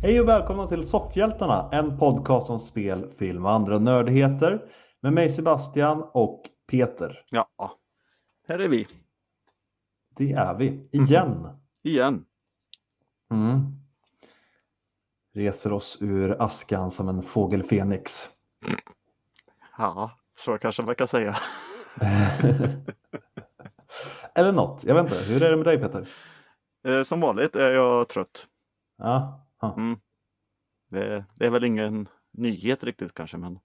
Hej och välkomna till Soffhjältarna, en podcast om spel, film och andra nördigheter med mig Sebastian och Peter. Ja, här är vi. Det är vi, igen. Igen. Reser oss ur askan som en fågel Fenix. Ja, så kanske man kan säga. Eller något, jag vet inte. Hur är det med dig Peter? Som vanligt är jag trött. Ja. Det är väl ingen nyhet riktigt kanske, men...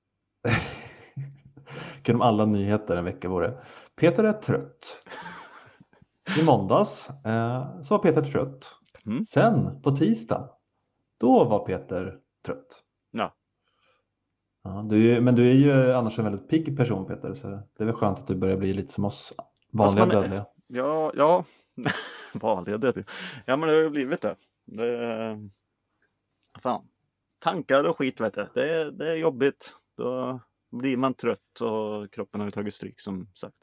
Kunde alla nyheter en vecka vore. Peter är trött. I måndags så var Peter trött. Sen på tisdag, då var Peter trött. Ja. Ja, men du är ju annars en väldigt pigg person Peter, så det är väl skönt att du börjar bli lite som oss vanliga dödliga. Ja. Vanliga dödliga. Ja, men det har ju blivit det. Fan. Tankar och skit vet du. Det är jobbigt. Då blir man trött och kroppen har ju tagit stryk som sagt.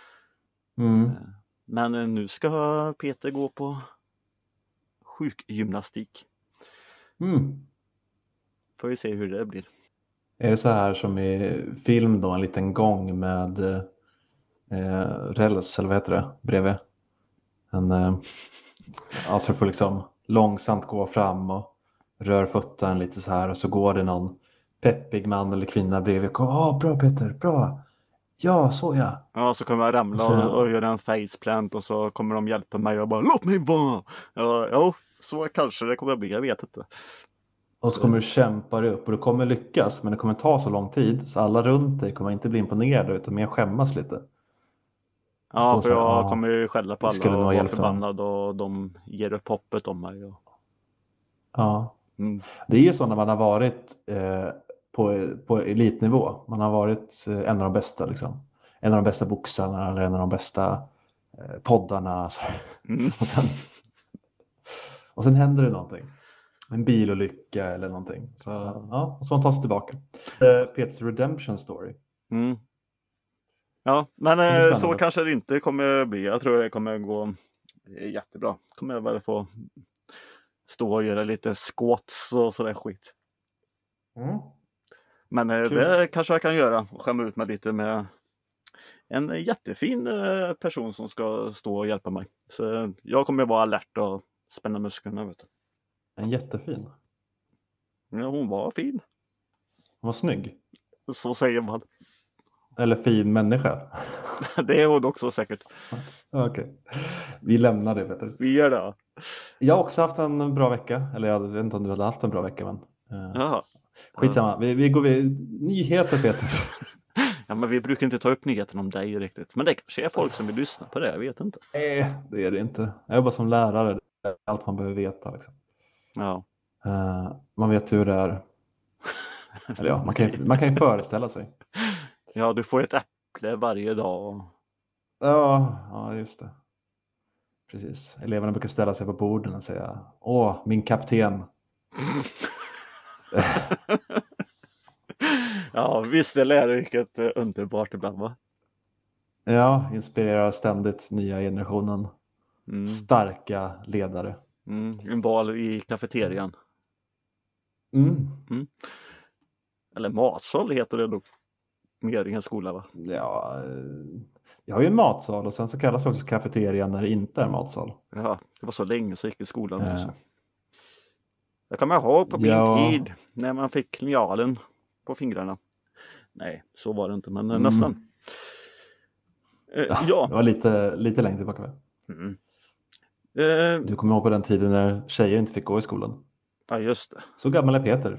Men nu ska Peter gå på sjukgymnastik. Får vi se hur det blir. Är det så här som i film då, en liten gång med räls eller vad heter det, bredvid? Alltså du får liksom långsamt gå fram och rör fötterna lite så här och så går det någon peppig man eller kvinna bredvid. Bra Peter, bra. Ja, så ja. Ja, så kommer jag ramla och göra en faceplant och så kommer de hjälpa mig och bara låt mig vara. Ja, så kanske det kommer att bli, jag vet inte. Och så kommer du kämpa dig upp och du kommer lyckas, men det kommer ta så lång tid så alla runt dig kommer inte bli imponerade utan mer skämmas lite. Ja, för jag kommer ju skälla på alla och vara förbannad och de ger upp hoppet om mig. Ja, det är ju så när man har varit på elitnivå. Man har varit en av de bästa liksom. En av de bästa boxarna eller en av de bästa poddarna. Och sen händer det någonting. En bilolycka eller någonting. Så ja, och så man tar sig tillbaka. Peters Redemption Story. Ja, men så kanske det inte kommer bli. Jag tror det kommer gå jättebra. Kommer jag väl få stå och göra lite squats och sådär skit. Men det kanske jag kan göra. Och skämma ut mig lite med en jättefin person som ska stå och hjälpa mig. Så jag kommer vara alert och spänna musklerna. Vet du. En jättefin? Ja, hon var fin. Hon var snygg? Så säger man. Eller fin människa? Det är hon också säkert. Okej. Vi lämnar det Peter. Vi gör det. Jag har också haft en bra vecka. Eller jag vet inte om du hade haft en bra vecka. Men, skitsamma. Vi går vid nyheter Peter. Ja, men vi brukar inte ta upp nyheten om dig riktigt. Men det kanske är folk som vill lyssna på det. Jag vet inte. Det är det inte. Jag jobbar som lärare. Det är allt man behöver veta. Liksom. Ja. Man vet hur det är. Eller ja, man kan ju föreställa sig. Ja, du får ett äpple varje dag. Ja, just det. Precis. Eleverna brukar ställa sig på borden och säga: åh, min kapten. Ja, visst är läraryrket underbart ibland va? Ja, inspirerar ständigt nya generationen. Starka ledare. En bal i kafeterian. Eller matsal heter det nog. Mer i en skola va? Ja, jag har ju en matsal och sen så kallas det också kafeterian när det inte är matsal. Ja, det var så länge så gick i skolan också. Jag kommer ihåg på min tid när man fick linjalen på fingrarna. Nej, så var det inte, men nästan. Ja, det var lite längre tillbaka. Du kommer ihåg på den tiden när tjejer inte fick gå i skolan. Ja, just det. Så gammal är Peter.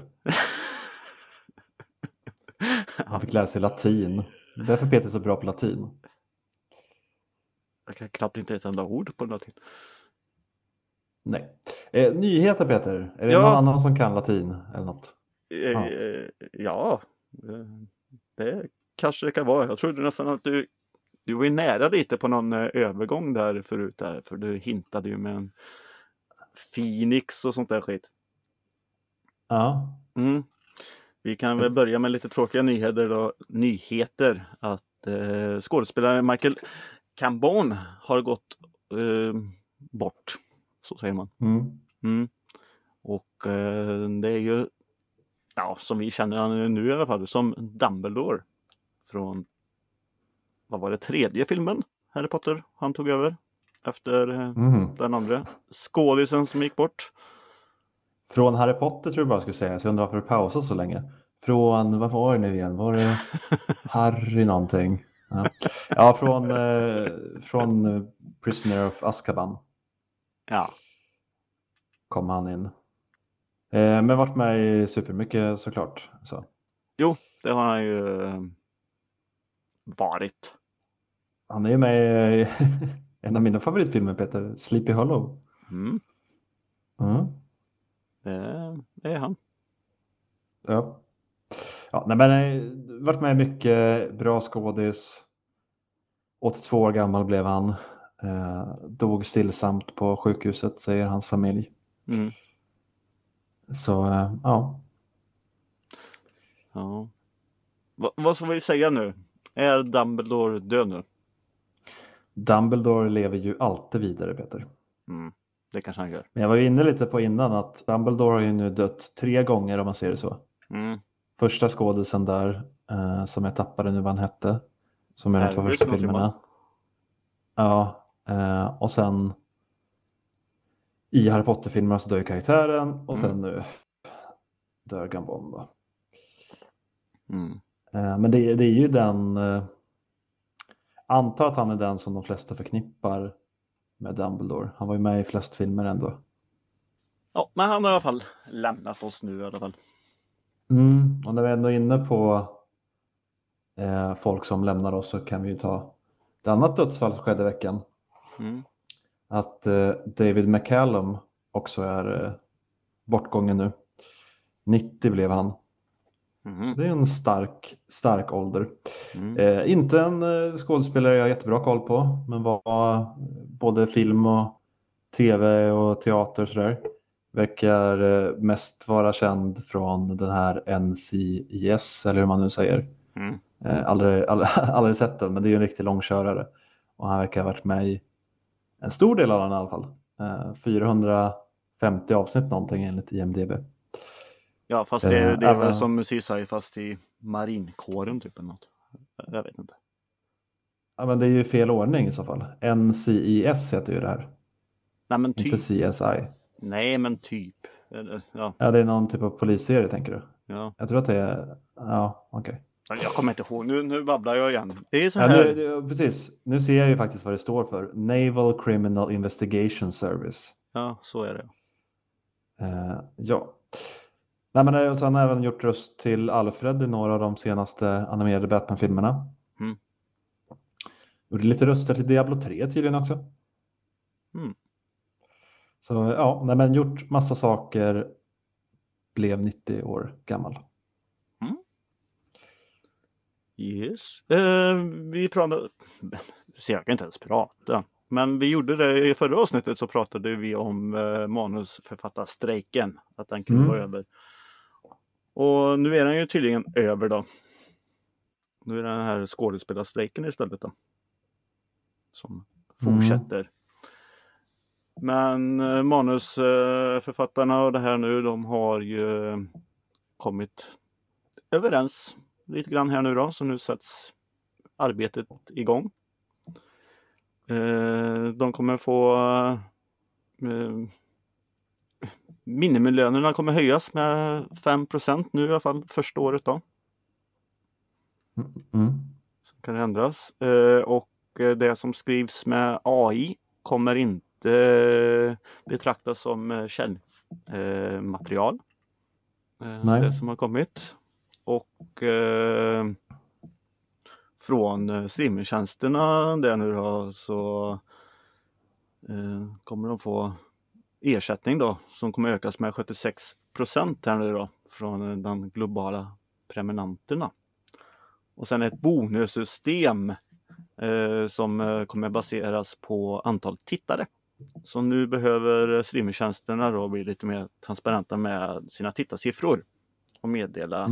Han fick lära sig latin. Därför är Peter så bra på latin. Jag kan knappt inte ett enda ord på latin. Nej. Nyheter Peter. Är det någon annan som kan latin eller något? Ja, det kanske det kan vara. Jag trodde nästan att du var ju nära lite på någon övergång där förut där. För du hintade ju med en Phoenix och sånt där skit. Ja. Vi kan väl börja med lite tråkiga nyheter att skådespelaren Michael Gambon har gått bort, så säger man. Och det är ju, ja, som vi känner han nu i alla fall, som Dumbledore från, vad var det, 3:e filmen Harry Potter han tog över efter den andra skådisen som gick bort. Från Harry Potter tror jag bara skulle säga, så jag undrar varför du pausade så länge. Från, vad var det nu igen? Var det Harry någonting? Ja, från Prisoner of Azkaban. Ja. Kom han in. Men varit med i supermycket såklart. Så. Jo, det har han ju varit. Han är ju med i en av mina favoritfilmer, Peter, Sleepy Hollow. Det är han. Ja. Nej, men varit med mycket, bra skådis. 82 år gammal blev han. Dog stillsamt på sjukhuset, säger hans familj. Så ja. Ja. Vad ska vi säga nu? Är Dumbledore död nu? Dumbledore lever ju alltid vidare, Peter. Det kanske han gör. Men jag var ju inne lite på innan att Dumbledore har ju nu dött 3 gånger om man ser det så. Första skådisen där, som jag tappade nu vad han hette. Som är de 2 första filmerna. Ja, och sen i Harry Potter-filmerna så dör karaktären och sen nu dör Gambon då. Men det är ju den, antar att han är den som de flesta förknippar med Dumbledore. Han var ju med i flest filmer ändå. Ja, men han har i alla fall lämnat oss nu i alla fall. Och när vi är ändå inne på folk som lämnar oss så kan vi ju ta ett annat dödsfall som skedde i veckan. Att David McCallum också är bortgången nu. 90 blev han. Så det är en stark ålder. Inte en skådespelare jag har jättebra koll på, men var både film och tv och teater och sådär. Verkar mest vara känd från den här NCIS, eller hur man nu säger. Aldrig sett den, men det är ju en riktig långkörare. Och han verkar ha varit med i en stor del av den i alla fall. 450 avsnitt någonting enligt IMDb. Ja, fast det är väl som CSI fast i marinkåren typ eller något. Jag vet inte. Ja, men det är ju fel ordning i så fall. NCIS heter ju det här. Nej, men typ. Inte CSI. Nej, men typ. Ja, det är någon typ av polisserie tänker du? Ja. Jag tror att det är, ja, okej. Jag kommer inte ihåg, nu babblar jag igen. Det är så här. Precis, nu ser jag ju faktiskt vad det står för. Naval Criminal Investigation Service. Ja, så är det. Ja. Nej, men så han har även gjort röst till Alfred i några av de senaste animerade Batman-filmerna. Gjorde lite röster till Diablo 3 tydligen också. Så ja, nej, men gjort massa saker. Blev 90 år gammal. Yes. Vi pratade, så jag kan inte ens prata. Men vi gjorde det i förra avsnittet, så pratade vi om manusförfattarstrejken. Att den kunde vara över. Och nu är den ju tydligen över då. Nu är den här skådespelarstrejken istället då. Som fortsätter. Men manusförfattarna och det här nu, de har ju kommit överens lite grann här nu då. Så nu sätts arbetet igång. De kommer få minimilönerna kommer höjas med 5% nu i alla fall första året då. Så kan det ändras. Och det som skrivs med AI kommer inte betraktas som källmaterial. Det som har kommit. Och från streamingtjänsterna där nu då, så kommer de få ersättning då som kommer ökas med 76% här nu då från de globala prenumeranterna. Och sen ett bonussystem som kommer baseras på antal tittare. Så nu behöver streamingtjänsterna då bli lite mer transparenta med sina tittarsiffror och meddela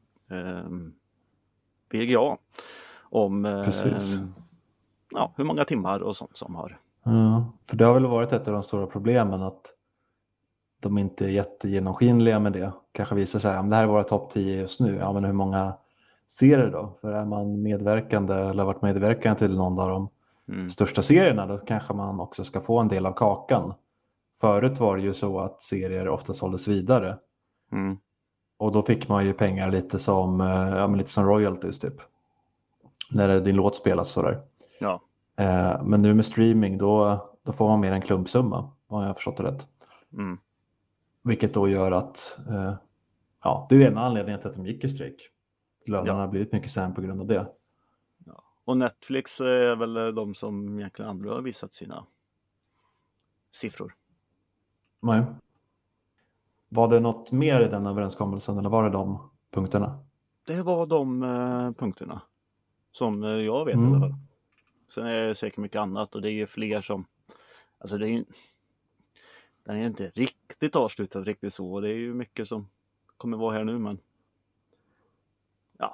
VGA om hur många timmar och sånt som har. Ja, för det har väl varit ett av de stora problemen att de inte är jättegenomskinliga med det. Kanske visar sig att det här är våra topp 10 just nu. Ja, men hur många ser det då? För är man medverkande eller har varit medverkande till någon av de största serierna, då kanske man också ska få en del av kakan. Förut var det ju så att serier ofta såldes vidare. Och då fick man ju pengar lite som, lite som royalties typ. När din låt spelas sådär. Ja. Men nu med streaming då får man mer en klumpsumma, om jag har förstått det rätt. Vilket då gör att det är en anledning till att de gick i strejk. Lönerna har blivit mycket sämre på grund av det. Ja. Och Netflix är väl de som egentligen andra har visat sina siffror. Nej. Var det något mer i den överenskommelsen eller var det de punkterna? Det var de punkterna som jag vet i alla fall. Sen är det säkert mycket annat och det är ju fler som, alltså det är ju, den är inte riktigt avslutad riktigt så. Det är ju mycket som kommer vara här nu, men ja,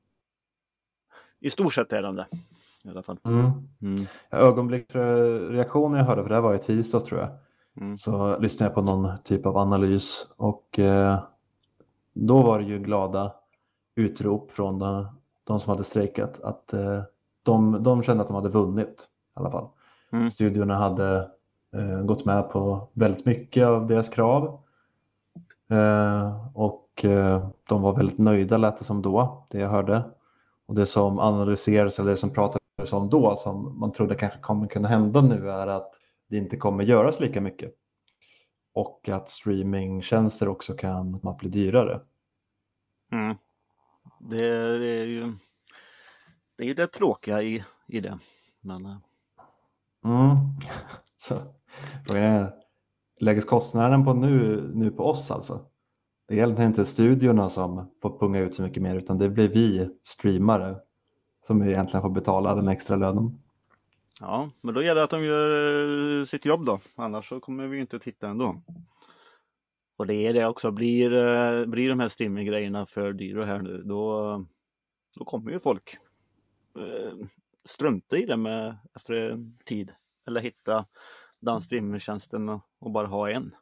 i stort sett är den det i alla fall. Ögonblicksreaktionen jag hörde, för det här var i tisdags tror jag. Så lyssnade jag på någon typ av analys och då var det ju glada utrop från de som hade strejkat att de kände att de hade vunnit i alla fall. Studiorna hade gått med på väldigt mycket av deras krav och de var väldigt nöjda, lät det som då, det jag hörde. Och det som analyseras eller det som pratades om då som man trodde kanske kommer kunna hända nu är att det inte kommer göras lika mycket. Och att streamingtjänster också kan att bli dyrare. Det är ju det tråkiga i det. Men... Så frågan är, läggs kostnaden på nu på oss alltså? Det är egentligen inte studiorna som får punga ut så mycket mer utan det blir vi streamare som egentligen får betala den extra lönen. Ja, men då gäller det att de gör sitt jobb då. Annars så kommer vi inte att titta ändå. Och det är det också. Blir de här streaminggrejerna för dyra här nu, då kommer ju folk strunta i det efter en tid. Eller hitta den streamingtjänsten och bara ha en.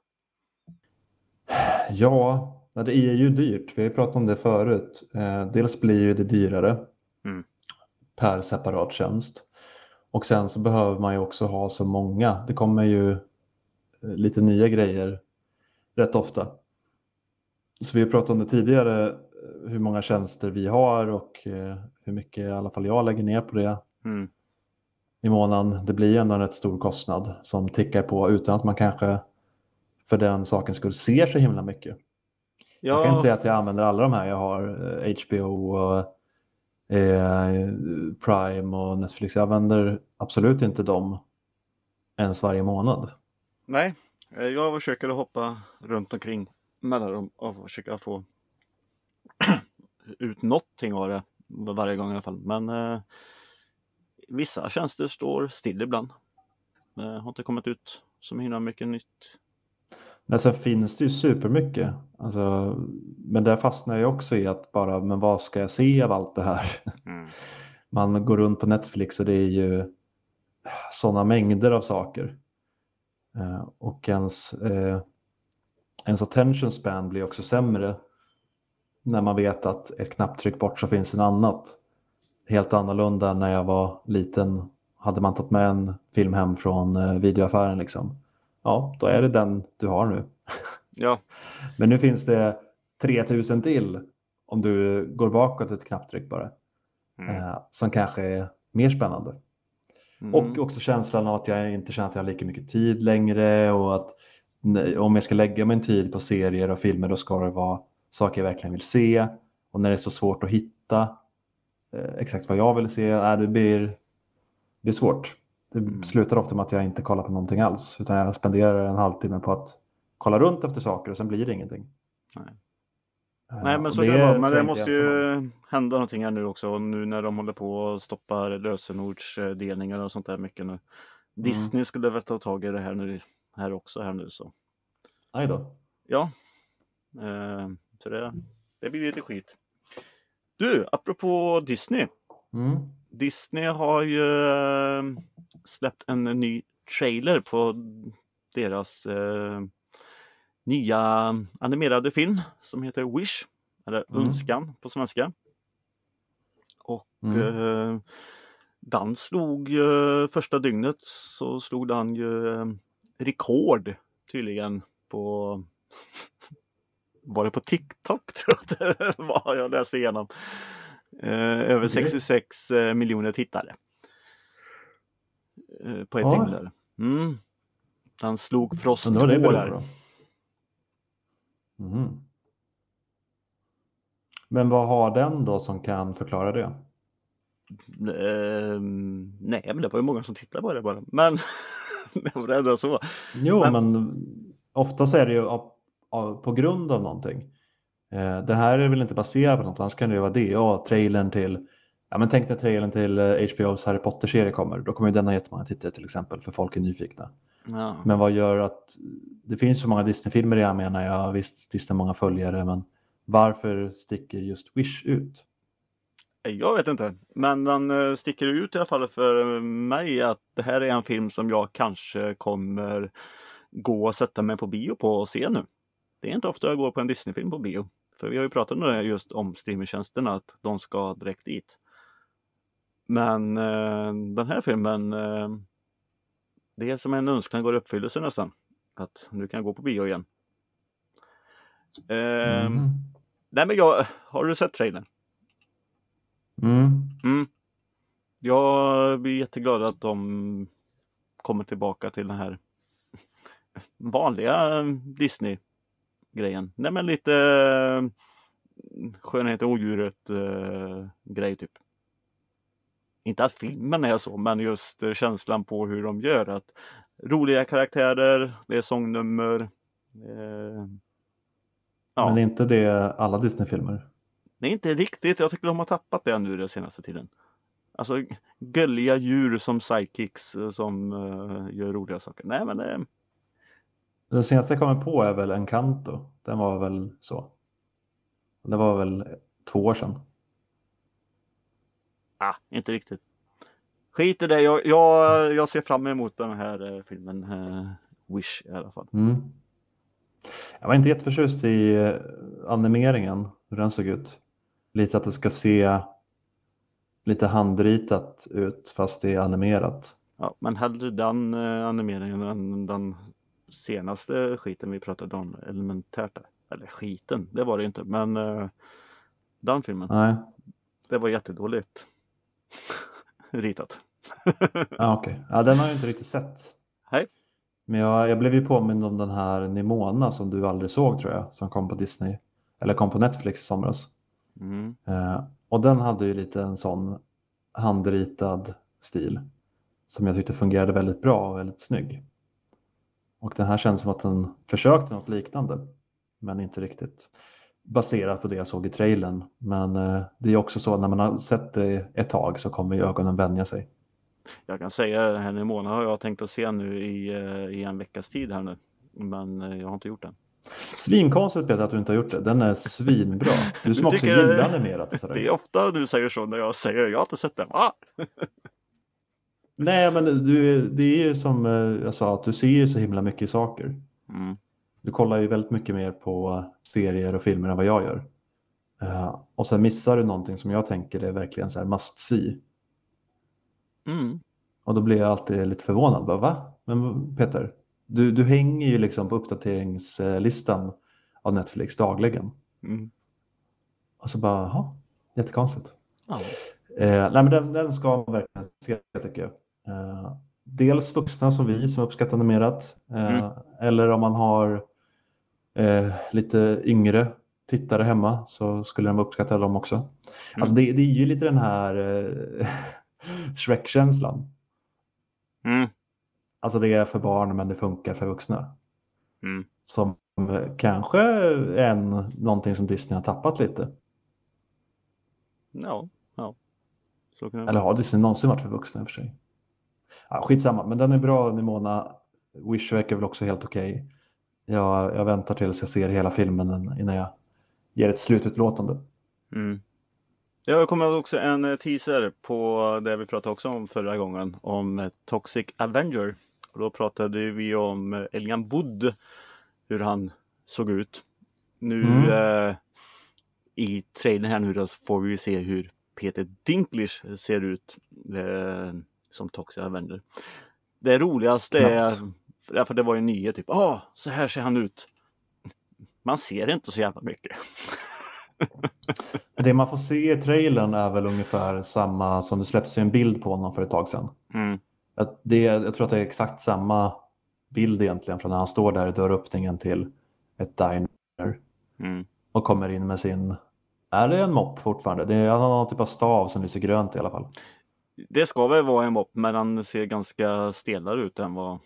Ja, det är ju dyrt. Vi har pratat om det förut. Dels blir ju det dyrare per separat tjänst. Och sen så behöver man ju också ha så många. Det kommer ju lite nya grejer rätt ofta. Så vi har pratat om det tidigare, hur många tjänster vi har och hur mycket i alla fall jag lägger ner på det i månaden. Det blir ändå en rätt stor kostnad som tickar på utan att man kanske för den saken skulle se så himla mycket. Ja. Jag kan inte säga att jag använder alla de här. Jag har HBO och Prime och Netflix. Jag använder absolut inte dem ens varje månad. Nej, jag försöker hoppa runt omkring mellan dem och försöka få ut någonting av det varje gång i alla fall. Men vissa tjänster står still ibland. Har inte kommit ut så himla mycket nytt. Men sen finns det ju supermycket. Alltså, men där fastnar jag också i att men vad ska jag se av allt det här? Man går runt på Netflix och det är ju sådana mängder av saker. Och ens attention span blir också sämre när man vet att ett knapptryck bort så finns en annat. Helt annorlunda när jag var liten. Hade man tagit med en film hem från videoaffären liksom. Ja, då är det den du har nu. Ja. Men nu finns det 3000 till om du går bakåt ett knapptryck bara. Som kanske är mer spännande. Och också känslan av att jag inte känner att jag har lika mycket tid längre och att om jag ska lägga min tid på serier och filmer då ska det vara saker jag verkligen vill se. Och när det är så svårt att hitta exakt vad jag vill se, det blir svårt. Det slutar ofta med att jag inte kollar på någonting alls utan jag spenderar en halvtimme på att kolla runt efter saker och sen blir det ingenting. Nej, men så kan det vara. Men det måste ju hända någonting här nu också. Och nu när de håller på och stoppar lösenordsdelningar och sånt där mycket nu. Disney skulle väl ta tag i det här nu så. Nej då. Ja. Så det blir lite skit. Du, apropå Disney. Disney har ju släppt en ny trailer på deras nya animerade film som heter Wish, eller Önskan på svenska. Och den slog första dygnet så slog den ju rekord tydligen på var det på TikTok tror jag det var jag läste igenom. Över 66 miljoner tittare. På ett dygn där. Den slog Frost 2 där. Men vad har den då som kan förklara det? Nej, men det var ju många som tittade på det bara. Men det var ändå så. Jo, men ofta så är det ju på grund av någonting. Det här är väl inte baserat på något, annars kan det ju vara det. Ja, trailern till... Ja, men tänk när trailern till HBO:s Harry Potter-serie kommer. Då kommer ju denna jättemånga tittare till exempel, för folk är nyfikna. Ja. Men vad gör att... Det finns så många Disney-filmer jag menar jag. Visst, Disney har många följare, men varför sticker just Wish ut? Jag vet inte, men den sticker ut i alla fall för mig att det här är en film som jag kanske kommer gå och sätta mig på bio på och se nu. Det är inte ofta jag går på en Disney-film på bio. För vi har ju pratat nu just om streamingtjänsterna, att de ska direkt dit. Men den här filmen, det är som en önskan går i uppfyllelse nästan. Att nu kan jag gå på bio igen. Nej men har du sett trailern? Jag blir jätteglad att de kommer tillbaka till den här vanliga Disney-grejen. Nej men lite skönhet och odjuret grej typ. Inte att filmen är så, men just känslan på hur de gör. Att roliga karaktärer, det är sångnummer. Men är inte det alla Disney-filmer? Nej, inte riktigt. Jag tycker de har tappat det nu den senaste tiden. Alltså gulliga djur som sidekicks som gör roliga saker. Nej, men det... Den senaste jag kommer på är väl Encanto. Den var väl så. Det var väl 2 år sedan. Inte riktigt. Skit i det. Jag ser fram emot den här filmen Wish i alla fall. Jag var inte jätteförtjust i animeringen. Hur den såg ut. Lite att det ska se lite handritat ut fast det är animerat. Ja, men hellre den animeringen än den senaste skiten vi pratade om elementärt. Eller skiten, det var det inte. Men den filmen. Nej. Det var jättedåligt ritat. Okej. Ja, den har jag inte riktigt sett. Hej. Men jag blev ju påmind om den här Nimona som du aldrig såg tror jag. Som kom på Disney. Eller kom på Netflix i somras. Och den hade ju lite en sån handritad stil. Som jag tyckte fungerade väldigt bra och väldigt snygg. Och den här känns som att den försökte något liknande. Men inte riktigt baserat på det jag såg i trailern. Men det är också så att när man har sett det ett tag så kommer ögonen vänja sig. Jag kan säga det här i månad har jag tänkt att se nu i en veckas tid här nu. Men jag har inte gjort det. Svinkonstigt Peter att du inte har gjort det. Den är svinbra. Du som också gillar animerat. Och sådär. Det är ofta du säger så när jag säger jag har inte sett den. Nej men det är ju som jag sa att du ser ju så himla mycket saker. Du kollar ju väldigt mycket mer på serier och filmer än vad jag gör. Och sen missar du någonting som jag tänker är verkligen så här must see. Och då blir jag alltid lite förvånad. Bara, va? Men Peter, du hänger ju liksom på uppdateringslistan av Netflix dagligen. Och så bara, jaha, jättekonstigt. Nej men den ska man verkligen se tycker jag. Dels vuxna som vi som uppskattar animerat. Eller om man har lite yngre tittare hemma så skulle de uppskatta dem också. Alltså det är ju lite den här Shrek-känslan. Alltså det är för barn men det funkar för vuxna. Som kanske är någonting som Disney har tappat lite. Ja. Så kan det eller har Disney någonsin varit för vuxna i och för sig? Ja, skitsamma, men den är bra Nimona. Wish verkar väl också helt okej. Jag väntar tills jag ser hela filmen innan jag ger ett slututlåtande. Jag kommer också en teaser på det vi pratade också om förra gången. Om Toxic Avenger. Och då pratade vi om Elijah Wood. Hur han såg ut. Nu i trailern här nu då får vi se hur Peter Dinklage ser ut som Toxic Avenger. Det roligaste är, för det var ju en nyhet typ, så här ser han ut. Man ser inte så jävla mycket. Det man får se i trailern är väl ungefär samma som det släpptes en bild på honom för ett tag sedan. Jag tror att det är exakt samma bild egentligen från när han står där i dörröppningen till ett diner och kommer in med sin, är det en mopp fortfarande? Han har någon typ av stav som lyser grönt i alla fall. Det ska väl vara en mopp, men han ser ganska stelare ut än vad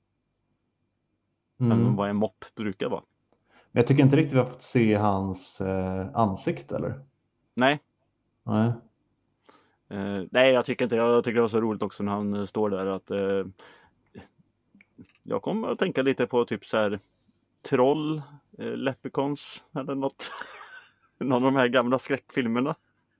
en mopp brukar vara. Men jag tycker inte riktigt vi har fått se hans ansikte, eller? Nej, jag tycker inte. Jag tycker det var så roligt också när han står där att jag kommer att tänka lite på typ så här troll, leprechauns eller något. Någon av de här gamla skräckfilmerna.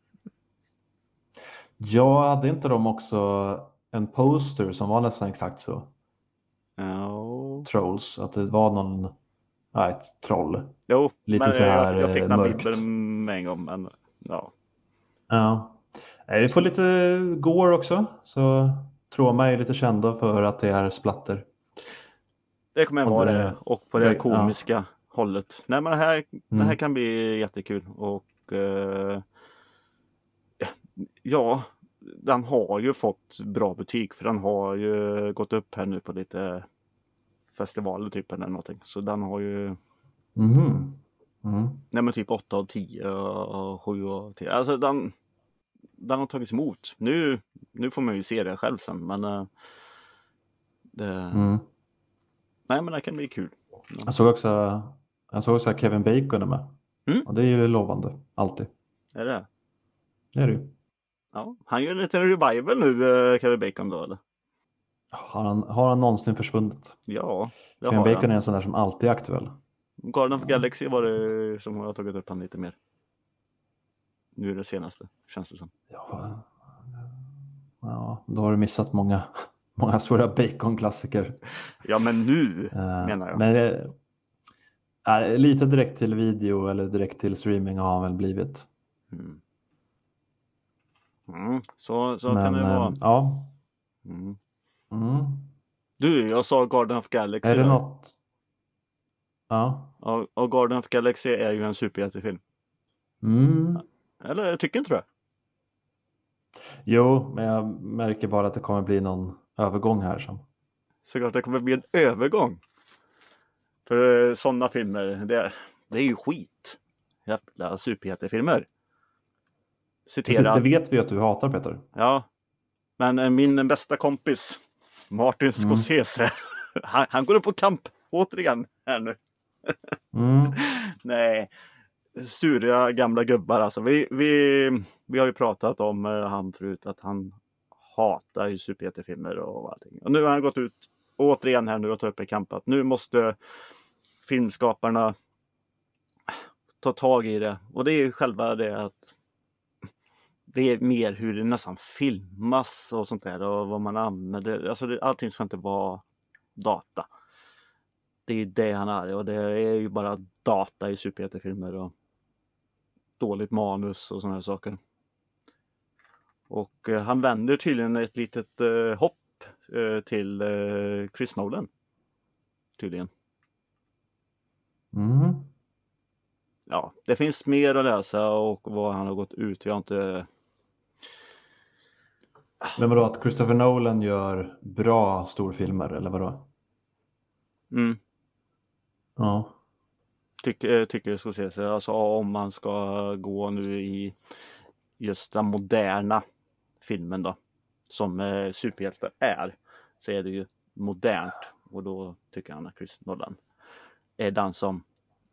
Ja, hade inte de också en poster som var nästan exakt så? Trolls, att det var någon, ett troll. Jo, lite men så här jag fick den mörkt. bilden med en gång, men Ja. Vi får lite gore också, så tror mig lite kända för att det är splatter. Det kommer att vara det, och på det komiska hållet. Nej, men det här kan bli jättekul, och den har ju fått bra betyg, för den har ju gått upp här nu på lite festivaler typ eller någonting. Så den har ju nej, men typ 8 av 10 och 7 av 10. Alltså den har tagits emot. Nu får man ju se det själv sen, men nej, men det kan bli kul. Jag såg också att Kevin Bacon är med. Och det är ju lovande, alltid. Är det? Det är det ju. Ja, han gör en liten revival nu, Kevin Bacon då, eller? Har han någonsin försvunnit? Ja, det Kevin har Bacon han. är en sån där som alltid är aktuell. Guardians of Galaxy var det som har tagit upp han lite mer. Nu är det senaste, känns det som. Ja, då har du missat många stora Bacon-klassiker. Ja, men nu menar jag. Men lite direkt till video eller direkt till streaming har han väl blivit. Så kan det vara. Ja. Du, jag sa Guardians of Galaxy. Är det något? Ja. Och Guardians of Galaxy är ju en superhjältefilm. Eller jag tycker inte det. Jo, men jag märker bara att det kommer bli någon övergång här. Såklart det kommer bli en övergång. För sådana filmer, det är ju skit. Jävla superhjältefilmer. Precis, det vet vi att du hatar, Peter. Ja, men min bästa kompis Martin Scorsese, han går upp på kamp återigen här nu. Nej, sura gamla gubbar alltså. Vi har ju pratat om han förut, att han hatar ju superhjältefilmer och allting. Och nu har han gått ut återigen här nu och tar upp i kamp att nu måste filmskaparna ta tag i det. Och det är ju själva det att det är mer hur det nästan filmas och sånt där och vad man använder. Alltså allting ska inte vara data. Det är det han är, och det är ju bara data i superhjältefilmer och dåligt manus och såna här saker. Och han vänder tydligen ett litet hopp till Chris Nolan. Tydligen. Ja, det finns mer att läsa och vad han har gått ut. Jag har inte... Men vadå, att Christopher Nolan gör bra storfilmer, eller vadå? Ja. Tycker jag ska se sig. Alltså om man ska gå nu i just den moderna filmen då, som superhjälte är, så är det ju modernt, och då tycker han att Chris Nolan är den som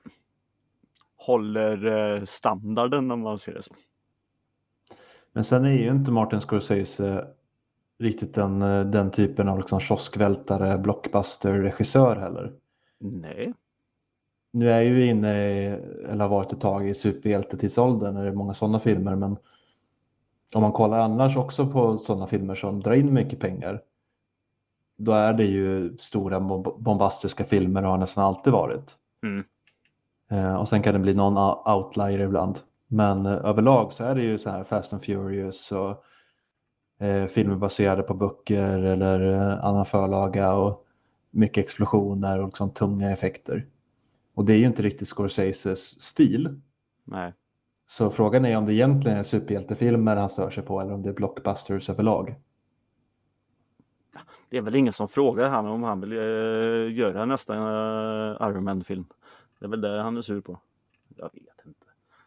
håller standarden, om man ser det så. Men sen är ju inte Martin Scorsese riktigt den typen av liksom kioskvältare, blockbuster-regissör heller. Nej. Nu är ju inne eller har varit ett tag i superhjältetidsåldern när det är många sådana filmer, men om man kollar annars också på sådana filmer som drar in mycket pengar, då är det ju stora bombastiska filmer och har nästan alltid varit. Och sen kan det bli någon outlier ibland. Men överlag så är det ju så här Fast and Furious och filmer baserade på böcker eller annan förlaga och mycket explosioner och liksom tunga effekter. Och det är ju inte riktigt Scorseses stil. Nej. Så frågan är om det egentligen är superhjältefilmer han stör sig på eller om det är blockbusters överlag. Det är väl ingen som frågar han om han vill göra nästa Iron Man-film. Det är väl det han är sur på. Jag vet inte.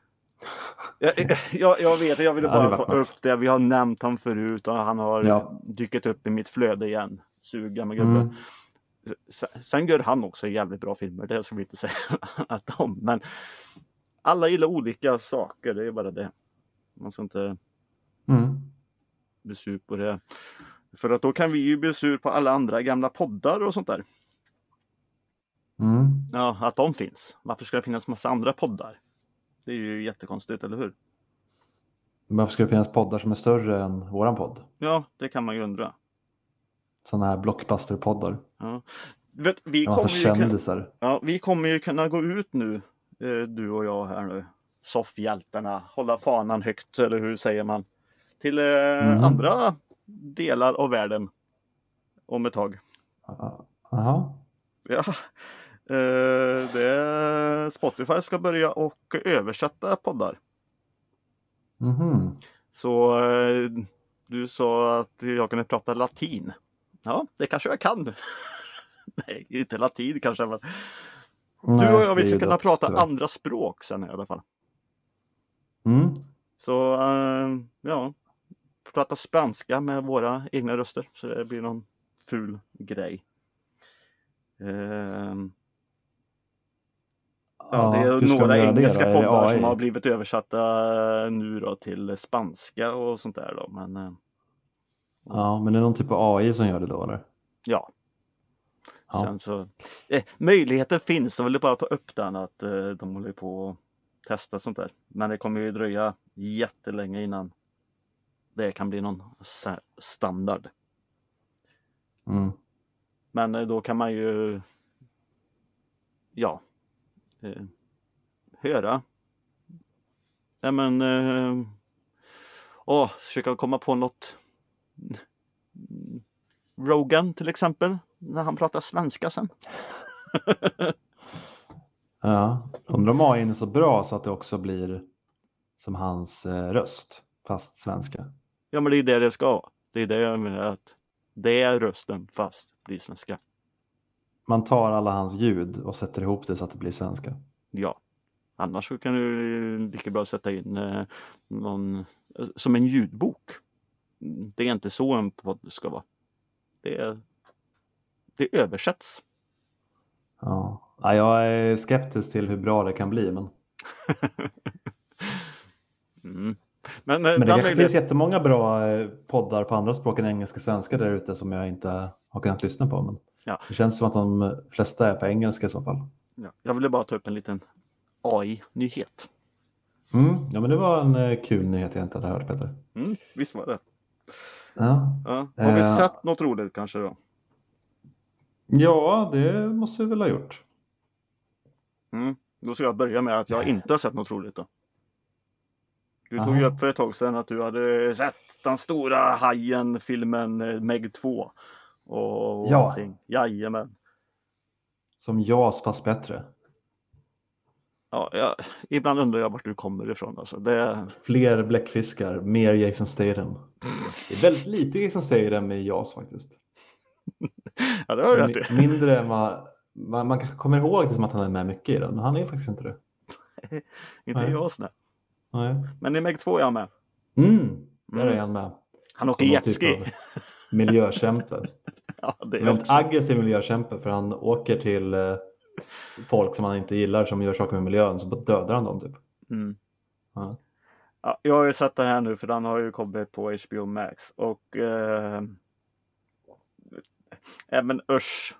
Jag vet, jag ville bara ta upp det. Vi har nämnt han förut och han har dykt upp i mitt flöde igen. Suga med gubbe. Mm. Sen gör han också jävligt bra filmer. Det ska vi inte säga att om. Men alla gillar olika saker. Det är bara det. Man ska inte bli sur på det. För att då kan vi ju bli sur på alla andra gamla poddar och sånt där. Mm. Ja, att de finns. Varför ska det finnas massa andra poddar? Det är ju jättekonstigt, eller hur? Varför ska det finnas poddar som är större än våran podd? Ja, det kan man ju undra. Sådana här blockbuster-poddar. Ja. Vi kommer ju kunna gå ut nu, du och jag här nu. Soffhjältarna, hålla fanan högt, eller hur säger man? Till andra delar av världen. Om ett tag. Jaha. Ja. Spotify ska börja och översätta poddar. Så du sa att jag kunde prata latin. Ja, det kanske jag kan. Nej, inte latin kanske. Men... Nej, du och jag, vi ska kunna prata andra språk sen i alla fall. Så prata spanska med våra egna röster. Så det blir någon ful grej. Ja, det är några engelska poddar som har blivit översatta nu då till spanska och sånt där då. Men, ja, men det är någon typ av AI som gör det då, eller? Ja. Sen så, möjligheten finns, så vill jag bara ta upp den att de håller på att testa sånt där. Men det kommer ju dröja jättelänge innan det kan bli någon standard. Men då kan man ju höra. Ja, men försöka komma på något. Rogan till exempel, när han pratar svenska sen. Ja, undrar om AI är så bra så att det också blir som hans röst, fast svenska. Ja, men det är det ska. Det är det jag menar, att det är rösten fast blir svenska. Man tar alla hans ljud och sätter ihop det så att det blir svenska. Ja, annars så kan du lika bra sätta in någon som en ljudbok. Det är inte så en podd ska vara. Det översätts. Ja, jag är skeptisk till hur bra det kan bli. Men Men det kanske finns jättemånga bra poddar på andra språk än engelska och svenska där ute som jag inte har kunnat lyssna på. Men det känns som att de flesta är på engelska i så fall. Ja, jag ville bara ta upp en liten AI-nyhet. Ja, men det var en kul nyhet jag inte hade hört, Peter. Visst var det. Ja. Har vi sett något roligt kanske då? Ja, det måste vi väl ha gjort. Då ska jag börja med att jag inte har sett något roligt då. Du tog ju upp för ett tag sedan att du hade sett den stora Hajen-filmen Meg 2. Och allting. Jajamän. Som Jaws fast bättre. Ja, ibland undrar jag vart du kommer ifrån. Alltså. Fler bläckfiskar, mer Jason Statham. Det är väldigt lite Jason Statham i Jaws faktiskt. Ja, det har du rätt i. Mindre än man kanske kommer ihåg det som att han är med mycket i den, men han är faktiskt inte det. Inte i Jaws, nej. Nej. Men i Meg 2 är han med. Där är han med. Han åker jetski. Typ miljökämpe. Ja, det är väldigt aggressiv miljökämpe, för han åker till folk som han inte gillar som gör saker med miljön, så bara dödar han dem typ. Ja, jag har ju sett det här nu, för den har ju kommit på HBO Max och även usch.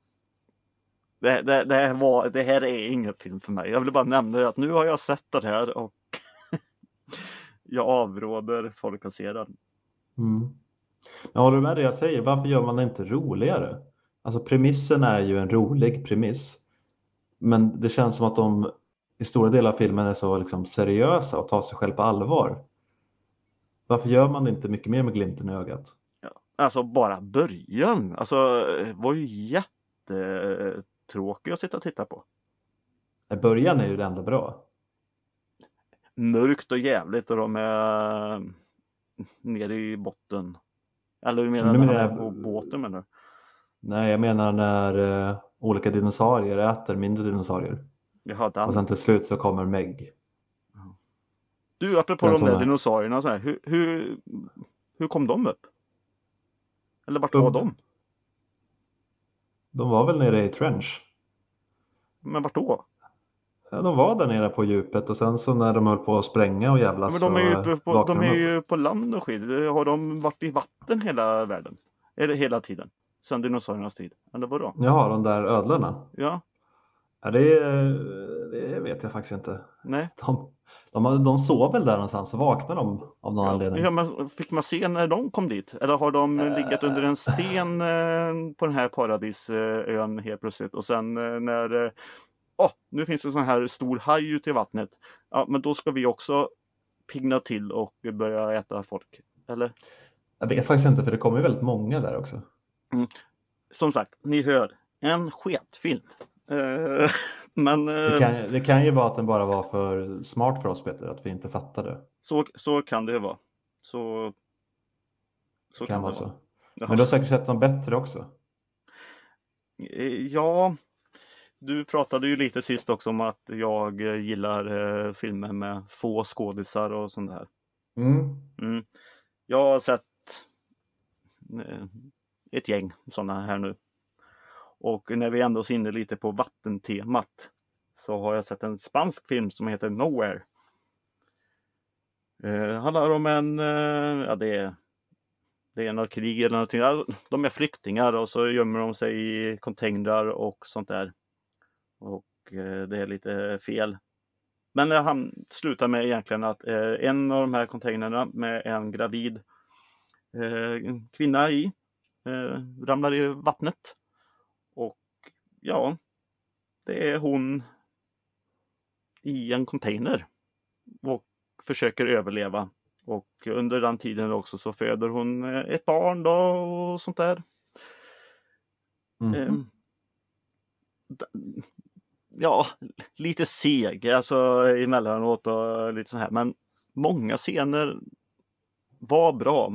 Det här är ingen film för mig. Jag vill bara nämna det att nu har jag sett det här och jag avråder folk att se den. Jag håller med det jag säger. Varför gör man det inte roligare? Alltså premissen är ju en rolig premiss. Men det känns som att de i stora delar av filmen är så liksom seriösa och tar sig själv på allvar. Varför gör man inte mycket mer med glimten i ögat? Ja. Alltså bara början. Alltså var ju jättetråkig att sitta och titta på. Början är ju det enda bra. Mörkt och jävligt och de är nere i botten. Eller du menar Men när det han är är- på båten menar du? Nej, jag menar när olika dinosaurier äter mindre dinosaurier. Jaha, Och sen till slut så kommer Meg. Du, apropå Den de som där är- dinosaurierna så här, hur kom de upp? Eller vart var Upp. de? De var väl nere i Trench. Men vart då? Ja, de var där nere på djupet och sen så när de höll på att spränga och Ja, jävlas men så de är ju uppe på, de vaknade är de upp. ju på land och skit. Har de varit i vatten hela världen? Eller hela tiden? Sen dinosauriernas tid? Eller vadå? Jaha, de där ödlorna. Ja, Ja, det vet jag faktiskt inte. nej. De sov väl där någonstans och vaknade de av någon anledning. Ja, men fick man se när de kom dit? Eller har de legat under en sten på den här paradisön helt plötsligt? Och sen när nu finns det sån här stor haj ute i vattnet. Ja, men då ska vi också pigna till och börja äta folk. Eller? Jag vet faktiskt inte för det kommer ju väldigt många där också. Som sagt, ni hör en sketfilm. Men Det kan ju vara att den bara var för smart för oss Peter, att vi inte fattade. så kan det vara. Så Det kan vara det så. vara. Men du har säkert sett dem bättre också. Ja, du pratade ju lite sist också om att jag gillar filmer med få skådisar och sånt där. Mm. Jag har sett ett gäng sådana här nu. Och när vi ändå är inne lite på vattentemat så har jag sett en spansk film som heter Nowhere. Handlar om det är något krig eller någonting. De är flyktingar och så gömmer de sig i containrar och sånt där. Och det är lite fel. Men han slutar med egentligen att en av de här containrarna med en gravid kvinna i ramlar i vattnet. Och ja, det är hon i en container och försöker överleva. Och under den tiden också så föder hon ett barn då och sånt där. Ja, lite seg alltså emellanåt och lite så här. Men många scener var bra.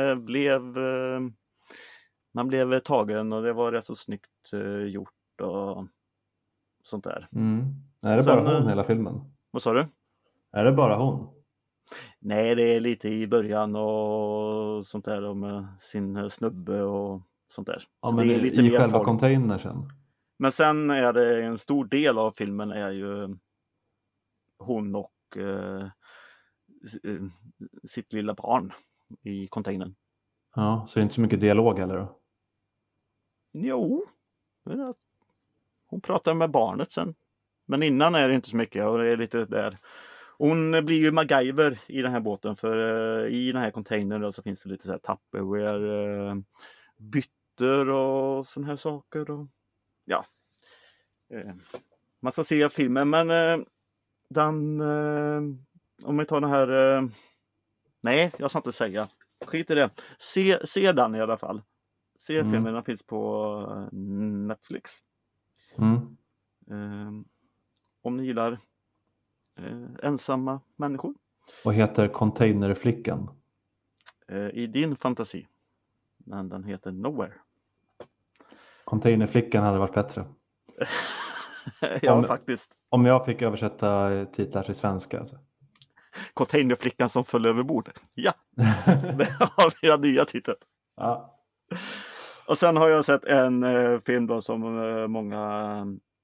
Man blev tagen och det var rätt så snyggt gjort och sånt där. Är det bara hon hela filmen? Vad sa du? Är det bara hon? Nej, det är lite i början och sånt där med sin snubbe och sånt där. Ja, så men det är lite i mer själva folk. containern. Men sen är det en stor del av filmen är ju hon och sitt lilla barn i containern. Ja, så det är inte så mycket dialog heller då? Jo, hon pratar med barnet sen. Men innan är det inte så mycket och det är lite där. Hon blir ju MacGyver i den här båten för i den här containern då, så finns det lite så här Tupperware, bytter och såna här saker. Och, ja. Man ska se filmen men den om vi tar den här nej, jag ska inte säga. Skit i det. Se den i alla fall. Se filmen, den finns på Netflix. Om ni gillar ensamma människor. Och heter Containerflickan? I din fantasi. Men den heter Nowhere. Containerflickan hade varit bättre. Ja, faktiskt. Om jag fick översätta titlar till svenska. Alltså. Containerflickan som föll över bordet. Ja, det har vi nya titel. Ja. Och sen har jag sett en film då som många,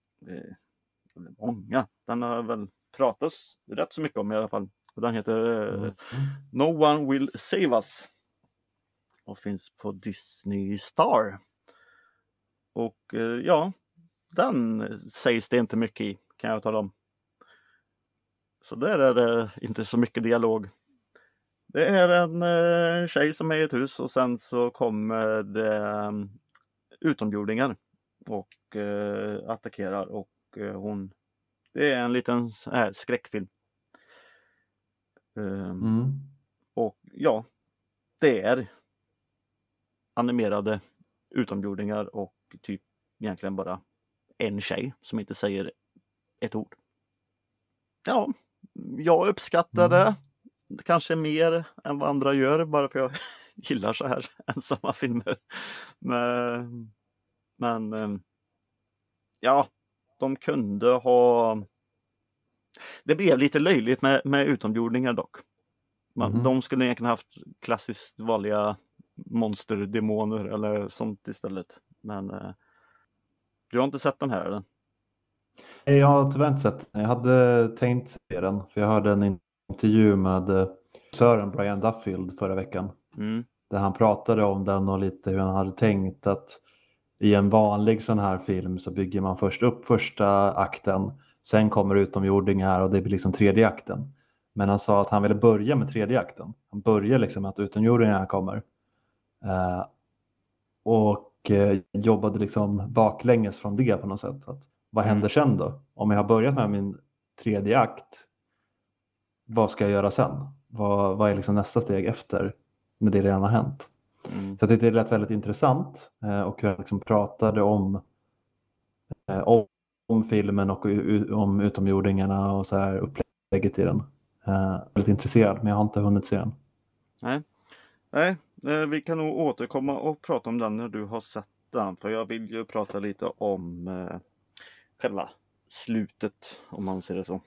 den har väl pratats rätt så mycket om i alla fall. Och den heter No One Will Save Us. Och finns på Disney Star. Och ja, den sägs det inte mycket i, kan jag tala om. Så där är det inte så mycket dialog. Det är en tjej som är i ett hus och sen så kommer det utomjordingar och attackerar och hon Det är en liten skräckfilm. Och ja, det är animerade utomjordingar och typ egentligen bara en tjej som inte säger ett ord. Ja, jag uppskattar det kanske mer än vad andra gör, bara för jag gillar så här ensamma filmer. Men ja, de kunde ha... Det blev lite löjligt med utomjordingar dock. De skulle egentligen haft klassiskt vanliga monsterdemoner eller sånt istället. Men du har inte sett den här eller? Jag har tyvärr inte sett den. Jag hade tänkt se den. För jag hörde en intervju med Sören Brian Duffield förra veckan. Där han pratade om den och lite hur han hade tänkt att i en vanlig sån här film så bygger man först upp första akten. Sen kommer utomjordingar och det blir liksom tredje akten. Men han sa att han ville börja med tredje akten. Han börjar liksom med att utomjordingarna kommer. Och jobbade liksom baklänges från det på något sätt. Att, vad händer sen då? Om jag har börjat med min tredje akt, vad ska jag göra sen? Vad är liksom nästa steg efter när det redan har hänt? Så jag tyckte det lät väldigt intressant och jag liksom pratade om filmen och om utomjordingarna och så här upplägget i den. Väldigt intresserad, men jag har inte hunnit se den. Nej, vi kan nog återkomma och prata om den när du har sett den. För jag vill ju prata lite om själva slutet, om man ser det så.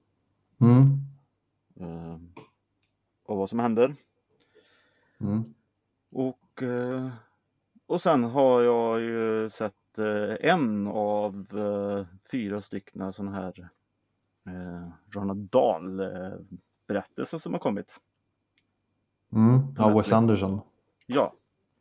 Och vad som händer. Och sen har jag ju sett en av 4 stycken sådana här Ronald Dahl-berättelser som har kommit. Ja, Wes Anderson. Ja.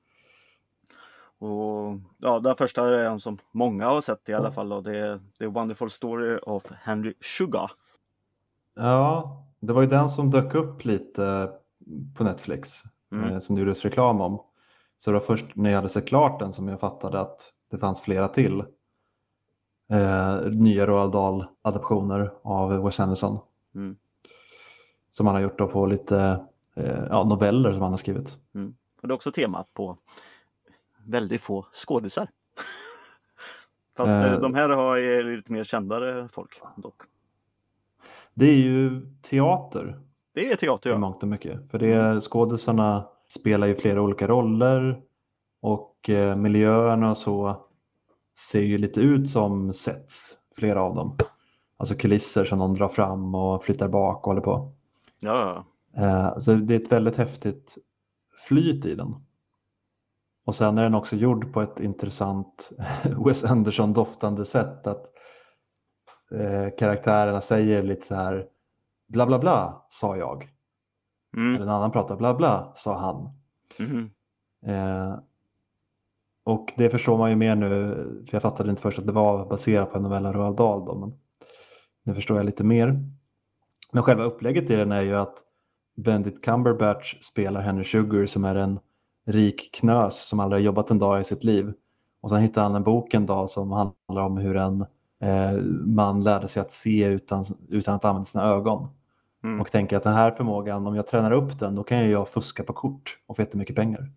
Och ja, den första är en som många har sett i alla fall, och det är The Wonderful Story of Henry Sugar. Ja, det var ju den som dök upp lite på Netflix som det gjordes reklam om. Så det var först när jag hade sett klart den som jag fattade att det fanns flera till nya Roald Dahl-adaptioner av Wes Anderson. Som han har gjort då på lite noveller som han har skrivit. Och det är också temat på väldigt få skådisar. Fast de här har lite mer kändare folk dock. Det är ju teater. Det är teater, ja. I mångt och mycket. För skådisarna spelar ju flera olika roller. Och miljöerna och så ser ju lite ut som sets. Flera av dem. Alltså kulisser som de drar fram och flyttar bak och håller på. Ja. Så det är ett väldigt häftigt flyt i den. Och sen är den också gjord på ett intressant Wes Anderson-doftande sätt. Att karaktärerna säger lite så här: bla bla bla, sa jag. Eller en annan pratar, bla bla, sa han. Och det förstår man ju mer nu, för jag fattade inte först att det var baserat på en novell av Roald Dahl då, men nu förstår jag lite mer. Men själva upplägget i den är ju att Benedict Cumberbatch spelar Henry Sugar som är en rik knös som aldrig har jobbat en dag i sitt liv. Och sen hittar han en bok en dag som handlar om hur en man lärde sig att se utan att använda sina ögon. Och tänker att den här förmågan, om jag tränar upp den, då kan jag fuska på kort och få jättemycket pengar.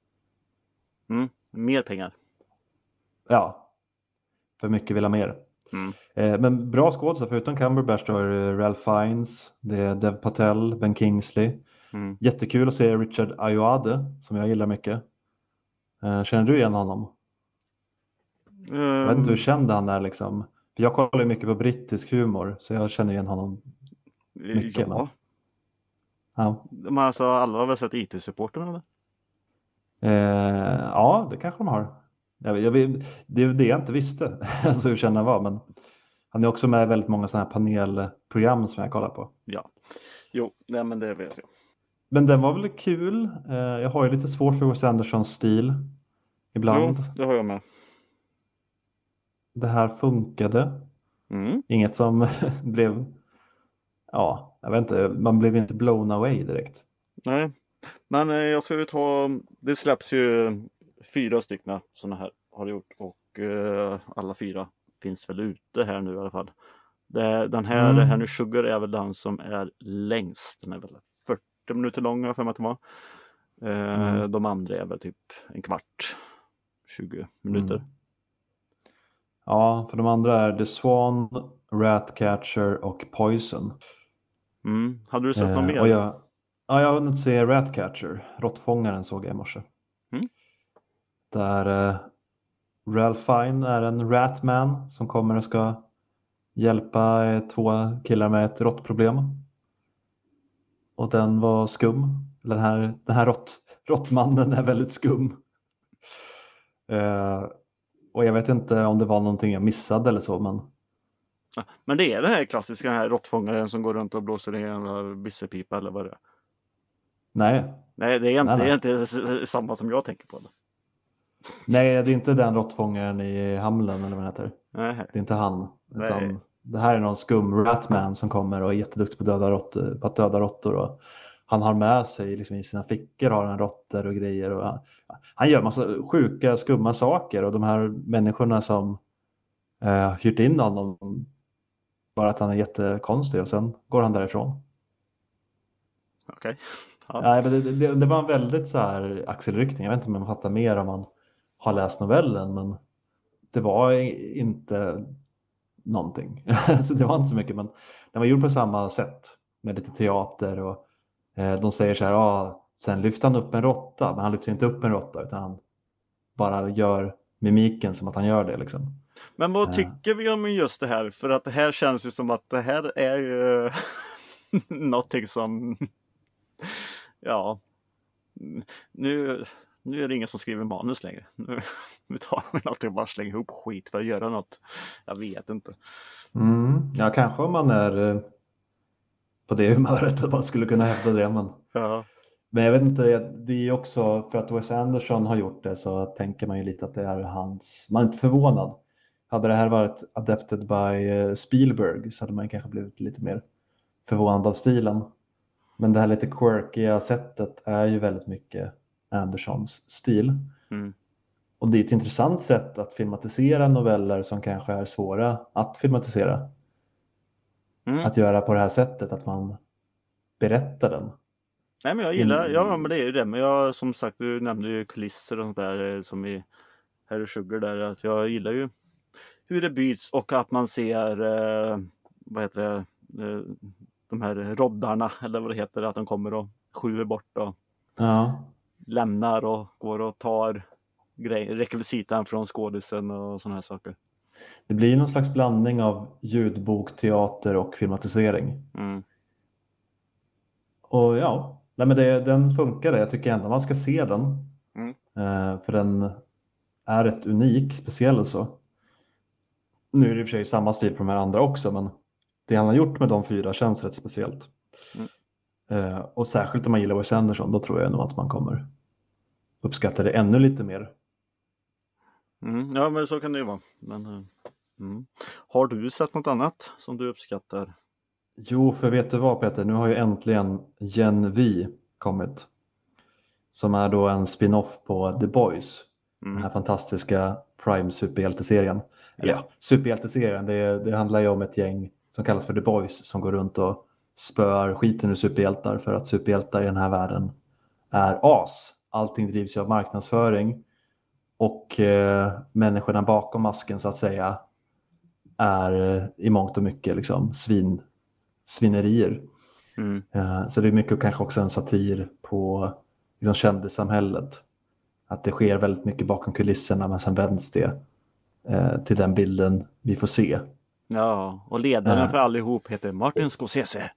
Mer pengar. Ja, för mycket vill ha mer. Men bra skådespelare, förutom Cumberbatch då är det Ralph Fiennes, det är Dev Patel, Ben Kingsley. Jättekul att se Richard Ayoade som jag gillar mycket. Känner du igen honom? Jag vet inte hur känd han är liksom. För jag kollar mycket på brittisk humor så jag känner igen honom mycket. Ja. Men alltså, alla har väl sett IT-supporten eller? Ja, det kanske de har. Det är det jag inte visste, alltså hur känd han var. Men han är också med i väldigt många sådana här panelprogram som jag kollar på. Ja, jo, nej, men det vet jag. Men den var väl kul. Jag har ju lite svårt för Wes Andersons stil ibland. Jo, det har jag med. Det här funkade. Inget som blev... Ja, jag vet inte. Man blev inte blown away direkt. Nej, men jag ska ju det släpps ju 4 stycken sådana här har det gjort. Och alla 4 finns väl ute här nu i alla fall. Den här Henry Sugar är väl den som är längst. Den är väl 40 minuter lång, jag för mig att det var. De andra är väl typ en kvart, 20 minuter. Ja, för de andra är The Swan, Ratcatcher och Poison. Hade du sett någon mer? Och jag har hunnit se Ratcatcher. Råttfångaren såg jag i morse. Där Ralph Fiennes är en Ratman som kommer och ska hjälpa 2 killar med ett råttproblem. Och den var skum. Den här råttmannen är väldigt skum. Och jag vet inte om det var någonting jag missade eller så, men det är den här klassiska här råttfångaren som går runt och blåser i en bissepipa eller vad det är. Nej, det är inte samma som jag tänker på. Nej, det är inte den råttfångaren i Hamlen eller vad det heter. Nej. Det är inte han. Utan det här är någon skum Ratman som kommer och är jätteduktig på att döda råttor. Och han har med sig liksom, i sina fickor har han råttor och grejer. Och han gör massa sjuka, skumma saker. Och de här människorna som hyrt in honom, bara att han är jättekonstig, och sen går han därifrån. Okej. Ja. Nej, men det var en väldigt så här axelryckning. Jag vet inte om man fattar mer om man har läst novellen, men det var inte någonting. Så det var inte så mycket, men den var gjord på samma sätt med lite teater och de säger så här, sen lyfter han upp en råtta, men han lyfter inte upp en råtta utan han bara gör mimiken som att han gör det liksom. Men vad tycker vi om just det här? För att det här känns ju som att det här är ju någonting som nu är det ingen som skriver manus längre. Nu tar vi någonting och bara slänger ihop skit för att göra något. Jag vet inte. Ja, kanske om man är på det humöret att man skulle kunna hävda det. Men jag vet inte, det är också för att Wes Anderson har gjort det, så tänker man ju lite att det är hans. Man är inte förvånad. Hade det här varit adapted by Spielberg så hade man kanske blivit lite mer förvånad av stilen. Men det här lite quirkiga sättet är ju väldigt mycket Andersons stil. Och det är ett intressant sätt att filmatisera noveller som kanske är svåra att filmatisera. Att göra på det här sättet, att man berättar den. Nej, men jag gillar, men det är ju det. Men jag, som sagt, du nämnde ju kulisser och sånt där som i Henry Sugar där. Att jag gillar ju hur det byts och att man ser, de här roddarna eller vad det heter, att de kommer och skjuter bort och lämnar och går och tar rekvisitan från skådisen och såna här saker. Det blir någon slags blandning av ljudbok, teater och filmatisering. Och men den funkar. Jag tycker ändå man ska se den. För den är rätt unik, speciell och så. Nu är det i och för sig samma stil på de här andra också, men det han har gjort med de 4 känns rätt speciellt. Och särskilt om man gillar Wes Anderson, då tror jag nog att man kommer uppskatta det ännu lite mer. Ja, men så kan det ju vara. Men, har du sett något annat som du uppskattar? Jo, för vet du vad Peter, nu har ju äntligen Gen V kommit. Som är då en spin-off på The Boys. Den här fantastiska Prime-superhjälteserien. Eller superhjälteserien, det handlar ju om ett gäng som kallas för The Boys som går runt och spör skiten ur superhjältar, för att superhjältar i den här världen är as. Allting drivs ju av marknadsföring och människorna bakom masken så att säga är i mångt och mycket liksom svinerier. Så det är mycket kanske också en satir på liksom kändissamhället. Att det sker väldigt mycket bakom kulisserna, men sen vänds det till den bilden vi får se. Ja, och ledaren för allihop heter Martin Scorsese.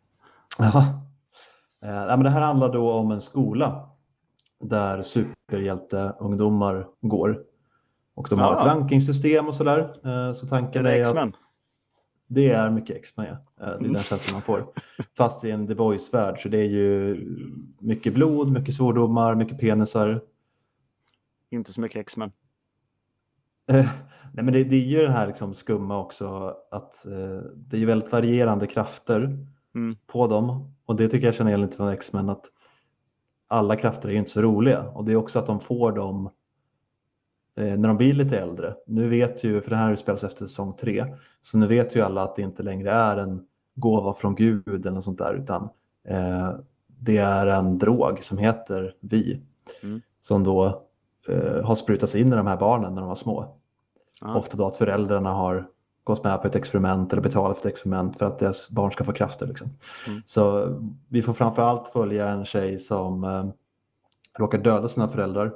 Men det här handlar då om en skola där superhjälteungdomar går. Och de har ett rankingsystem och sådär. Så tanken är att det är mycket X-Men, det är den känslan man får. Fast i en The Boys-värld, så det är ju mycket blod, mycket svordomar, mycket penisar. Inte så mycket X-Men. Nej, men det är ju den här liksom skumma också, att det är ju väldigt varierande krafter på dem. Och det tycker jag känner igen lite från X-Men, att alla krafter är ju inte så roliga. Och det är också att de får dem när de blir lite äldre. Nu vet ju, för det här utspelas efter säsong 3, så nu vet ju alla att det inte längre är en gåva från Gud eller något sånt där, utan det är en drog som heter vi, som då har sprutats in i de här barnen när de var små. Ofta då att föräldrarna har gått med på ett experiment eller betalat för ett experiment för att deras barn ska få krafter. Liksom. Så vi får framförallt följa en tjej som råkar döda sina föräldrar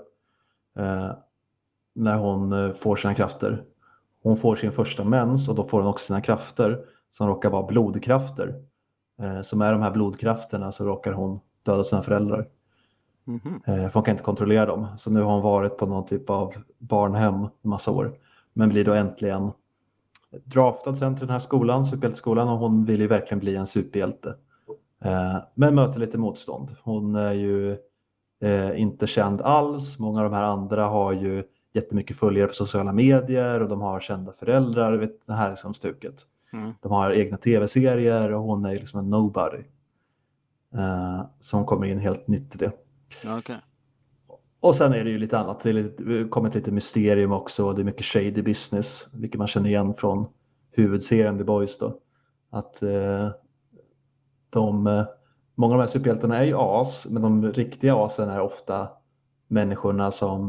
när hon får sina krafter. Hon får sin första mens och då får hon också sina krafter som råkar vara blodkrafter. Så med de här blodkrafterna så råkar hon döda sina föräldrar. För hon kan inte kontrollera dem. Så nu har hon varit på någon typ av barnhem en massa år. Men blir då äntligen draftad sen till den här skolan, superhjälteskolan, och hon vill ju verkligen bli en superhjälte. Men möter lite motstånd. Hon är ju inte känd alls. Många av de här andra har ju jättemycket följare på sociala medier och de har kända föräldrar, vet, det här liksom stuket. De har egna tv-serier och hon är liksom en nobody. Så hon kommer in helt nytt i det. Okay. Och sen är det ju lite annat. Det kommer ett litet mysterium också. Det är mycket shady business, vilket man känner igen från huvudserien The Boys då. Att många av de här superhjältarna är ju as, men de riktiga asen är ofta människorna som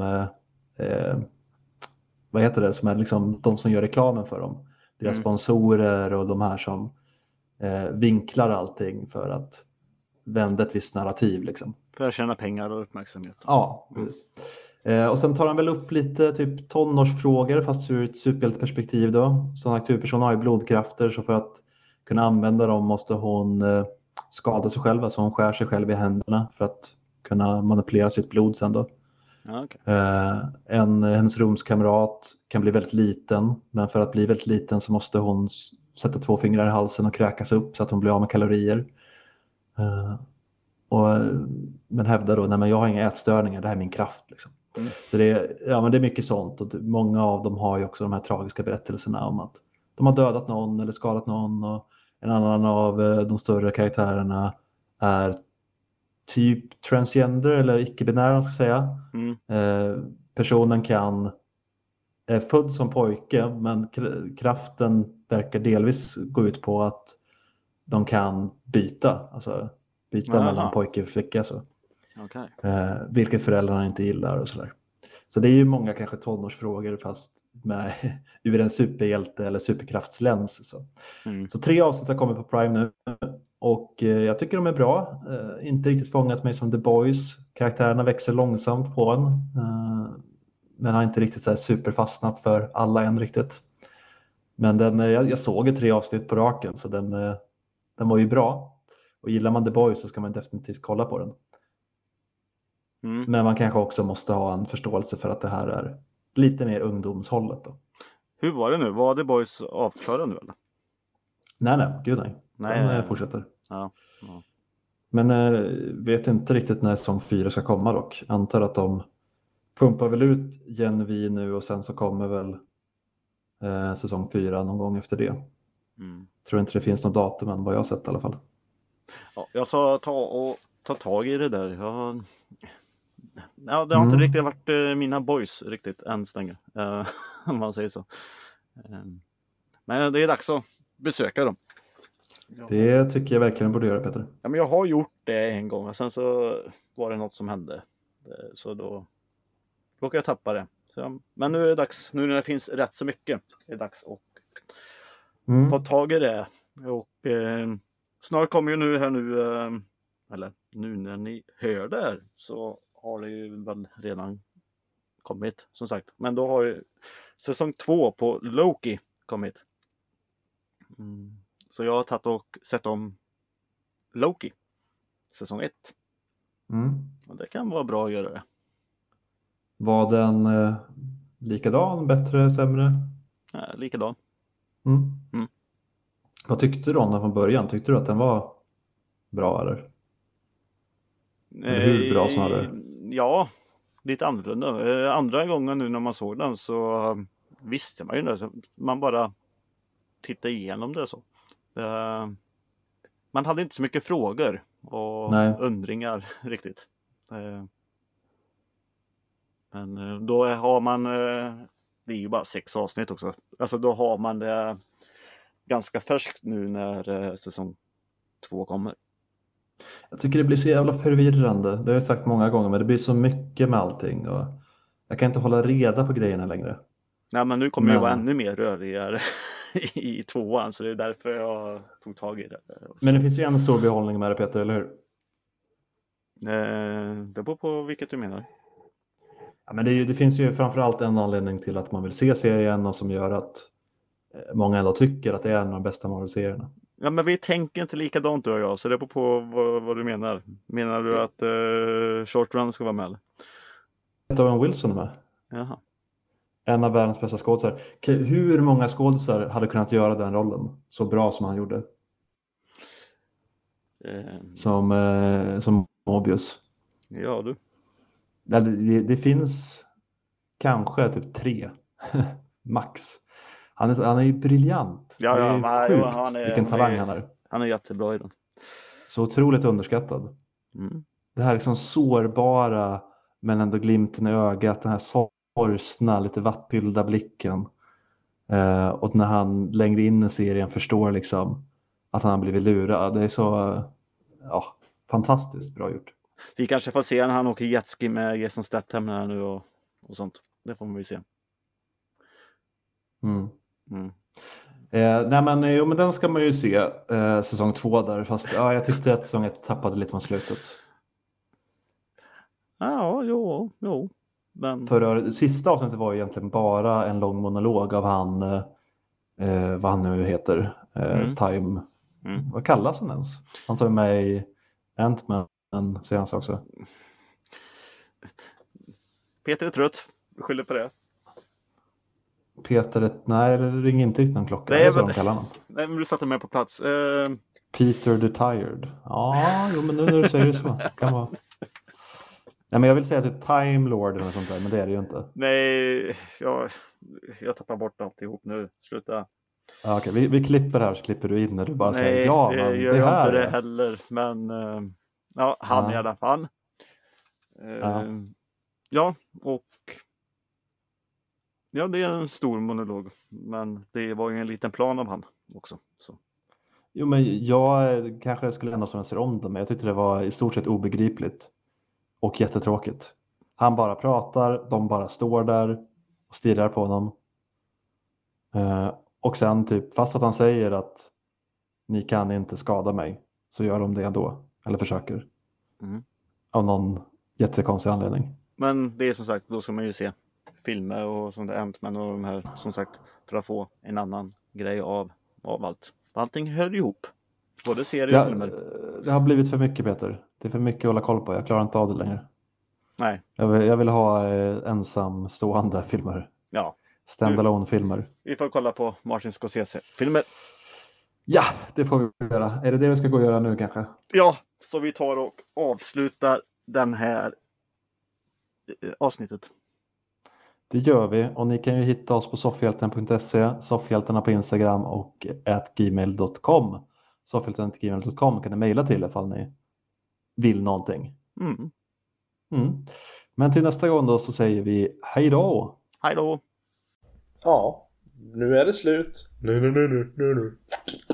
vad heter det, som är liksom de som gör reklamen för dem. Deras sponsorer och de här som vinklar allting för att vända ett visst narrativ liksom. För att tjäna pengar och uppmärksamhet. Ja, precis. Och sen tar han väl upp lite typ tonårsfrågor fast ur ett superhjälteperspektiv då. Som aktivperson har ju blodkrafter, så för att kunna använda dem måste hon skada sig själv. Alltså hon skär sig själv i händerna för att kunna manipulera sitt blod sen då. Okay. Hennes rumskamrat kan bli väldigt liten, men för att bli väldigt liten så måste hon sätta 2 fingrar i halsen och kräkas upp så att hon blir av med kalorier. Men hävdar då, nej men jag har inga ätstörningar, det här är min kraft liksom. Så det är mycket sånt, och många av dem har ju också de här tragiska berättelserna om att de har dödat någon eller skadat någon, och en annan av de större karaktärerna är typ transgender eller icke-binär, man ska säga. Personen är född som pojke, men kraften verkar delvis gå ut på att de kan byta mellan pojke och flicka så. Okay. Vilket föräldrarna inte gillar och sådär. Så det är ju många kanske tonårsfrågor fast med ur en superhjälte eller superkraftsläns. Så 3 avsnitt har kommit på Prime nu och jag tycker de är bra. Inte riktigt fångat mig som The Boys. Karaktärerna växer långsamt på en. Men har inte riktigt så här superfastnat för alla än riktigt. Men jag såg ju 3 avsnitt på raken, så den var ju bra. Och gillar man The Boys så ska man definitivt kolla på den. Men man kanske också måste ha en förståelse för att det här är lite mer ungdomshållet då. Hur var det nu? Var The Boys avkörda nu eller? Nej, gud nej. Den fortsätter. Ja. Men vet inte riktigt när säsong 4 ska komma dock. Antar att de pumpar väl ut Gen V nu och sen så kommer väl säsong 4 någon gång efter det. Tror inte det finns något datum än vad jag har sett i alla fall. Ja, jag sa ta tag i det där. Det har inte riktigt varit mina boys riktigt än så länge. Om man säger så. Men det är dags att besöka dem. Det tycker jag verkligen borde göra, Peter. Ja, men jag har gjort det en gång och sen så var det något som hände. Så då råkade jag tappa det. Men nu är det dags, nu när det finns rätt så mycket, det är dags att ta tag i det. Och snart kommer ju eller nu när ni hör det här så har det ju väl redan kommit som sagt. Men då har ju säsong 2 på Loki kommit. Så jag har tagit och sett om Loki säsong 1. Och det kan vara bra att göra det. Var den likadan, bättre, sämre? Likadan. Vad tyckte du om den från början? Tyckte du att den var bra eller? Eller hur bra snarare? Ja, lite annorlunda. Andra gången nu när man såg den så visste man ju det. Så man bara tittade igenom det så. Man hade inte så mycket frågor och undringar riktigt. Men då har man, det är ju bara 6 avsnitt också. Alltså då har man det ganska färskt nu när säsong 2 kommer. Jag tycker det blir så jävla förvirrande. Det har jag sagt många gånger, men det blir så mycket med allting. Och jag kan inte hålla reda på grejerna längre. Nej, men nu kommer det vara ännu mer rörigare i 2:an, så det är därför jag tog tag i det. Men det finns ju en stor behållning med det, Peter, eller hur? Det beror på vilket du menar. Ja, men det finns ju framförallt en anledning till att man vill se serien och som gör att många ändå tycker att det är en av de bästa Marvel-serierna. Ja, men vi tänker inte likadant du och jag, så det beror på vad du menar. Menar du att Short Run ska vara med? Owen Wilson är med. Jaha. En av världens bästa skådisar. Hur många skådisar hade kunnat göra den rollen så bra som han gjorde? Som Mobius. Ja, du. Det finns kanske typ 3 max. Han är ju briljant. Ja, det är sjukt han är, vilken talang han är. Han är jättebra i den. Så otroligt underskattad. Det här liksom sårbara men ändå glimten i ögat. Den här sorgsna, lite vattpyllda blicken. Och när han längre in i serien förstår liksom att han har blivit lurad. Det är så fantastiskt bra gjort. Vi kanske får se när han åker jetski med Jason Statham här nu och sånt. Det får vi se. Nej men den ska man ju se säsong 2 där. Fast jag tyckte att säsong 1 tappade lite mot slutet. Ja, jo. Men... För sista avsnittet var ju egentligen bara en lång monolog av han, vad han nu heter, Time. Vad kallas han ens? Han som är med i Ant-Man senast också. Peter är trött, vi skyller på det. Peter, nej det ringer inte riktigt någon klocka. Nej, de kallar honom. Nej, men du satte mig på plats. Peter the Tired. Ja, men nu när du säger det så. Kan vara. Nej, men jag vill säga att det är Time Lord eller sånt där, men det är det ju inte. Nej, jag tappar bort alltihop nu. Sluta. Ja, okej. Vi klipper här så klipper du in när du bara säger men det gör jag här inte det heller. Men han i alla fall. Ja, och ja, det är en stor monolog. Men det var ju en liten plan av han också. Så. Jo, men jag kanske skulle ändå som jag ser om det, men jag tyckte det var i stort sett obegripligt. Och jättetråkigt. Han bara pratar, de bara står där och stirrar på honom. Och sen typ, fast att han säger att ni kan inte skada mig, så gör de det ändå. Eller försöker. Av någon jättekonstig anledning. Men det är som sagt, då ska man ju se filmer och sånt där Ant-Man och de här, som sagt, för att få en annan grej av allt. Allting hör ihop. Både serier och filmer. Det har blivit för mycket, Peter. Det är för mycket att hålla koll på. Jag klarar inte av det längre. Nej. Jag vill ha ensamstående filmer. Ja. Standalone-filmer. Vi får kolla på Martin Scorsese-filmer. Ja, det får vi göra. Är det vi ska gå och göra nu kanske? Ja, så vi tar och avslutar den här avsnittet. Det gör vi, och ni kan ju hitta oss på soffhjälten.se, soffhjältarna på Instagram och @gmail.com. Soffhjälten@gmail.com kan ni mejla till ifall ni vill någonting. Men till nästa gång då så säger vi hej då. Hej då. Ja, nu är det slut. Nu.